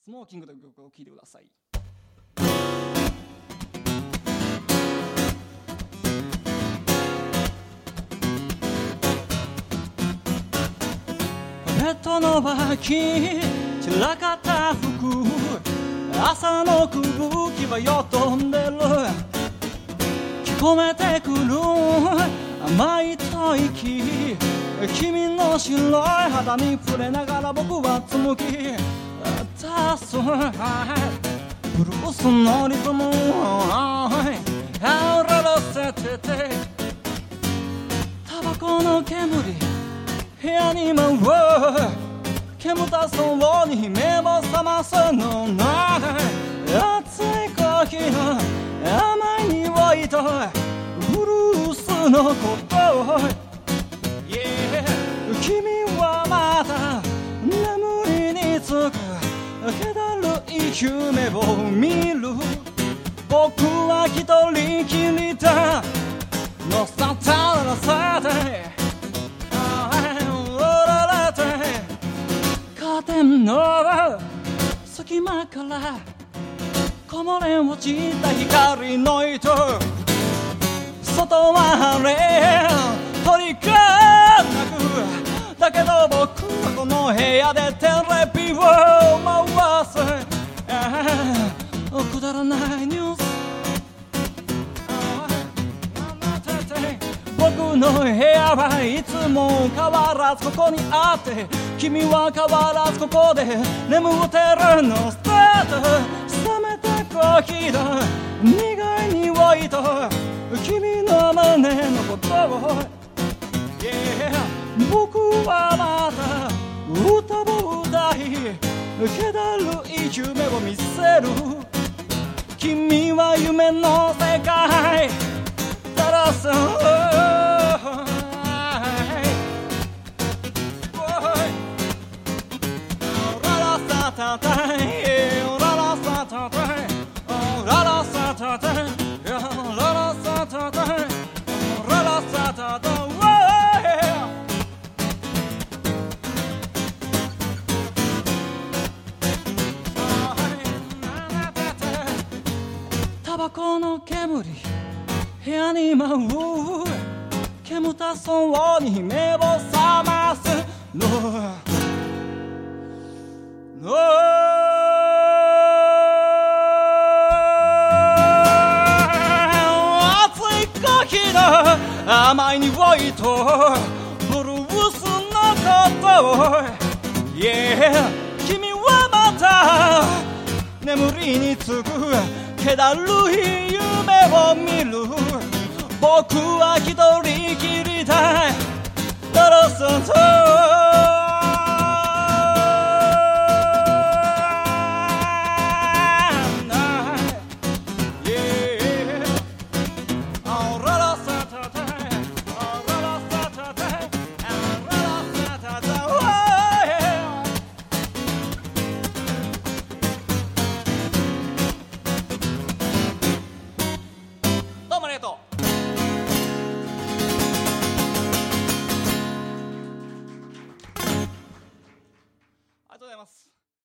スモーキングという曲を聴いてください。ベッドの脇散らかった服、朝の空気はよどんでる。聞こえてくる甘い吐息、君の白い肌に触れながら僕は紡ぎ出すブルースのリズムをあららせてて、タバコの煙部屋に舞う、煙たそうに目を覚ますのない熱いコーヒーの甘い匂いとブルースのことを、yeah、君はまだ眠りにつく気だるい夢を見る。僕は一人きりだのさたらさてカーテンの隙間からこぼれ落ちた光の糸、外は晴れ鳥が鳴く。だけど僕はこの部屋でテレビを回す。くだらないニュース、僕の部屋はいつも変わらずここにあって、君は変わらずここで眠ってるの。スタート冷めたコーヒーだ苦い匂いと君の胸のことを、yeah、僕はまた歌を歌い気だるい夢を見せる。君は夢の世界ただそうたたいオララサタタイオララサタタイオララサタタイオララサタタイタバコの煙部屋に舞う、煙たそうに目を覚ますの熱いコーヒーの甘い匂いとブルースのことを、yeah、君はまた眠りにつく気だるい夢を見る。僕は一人きりだ。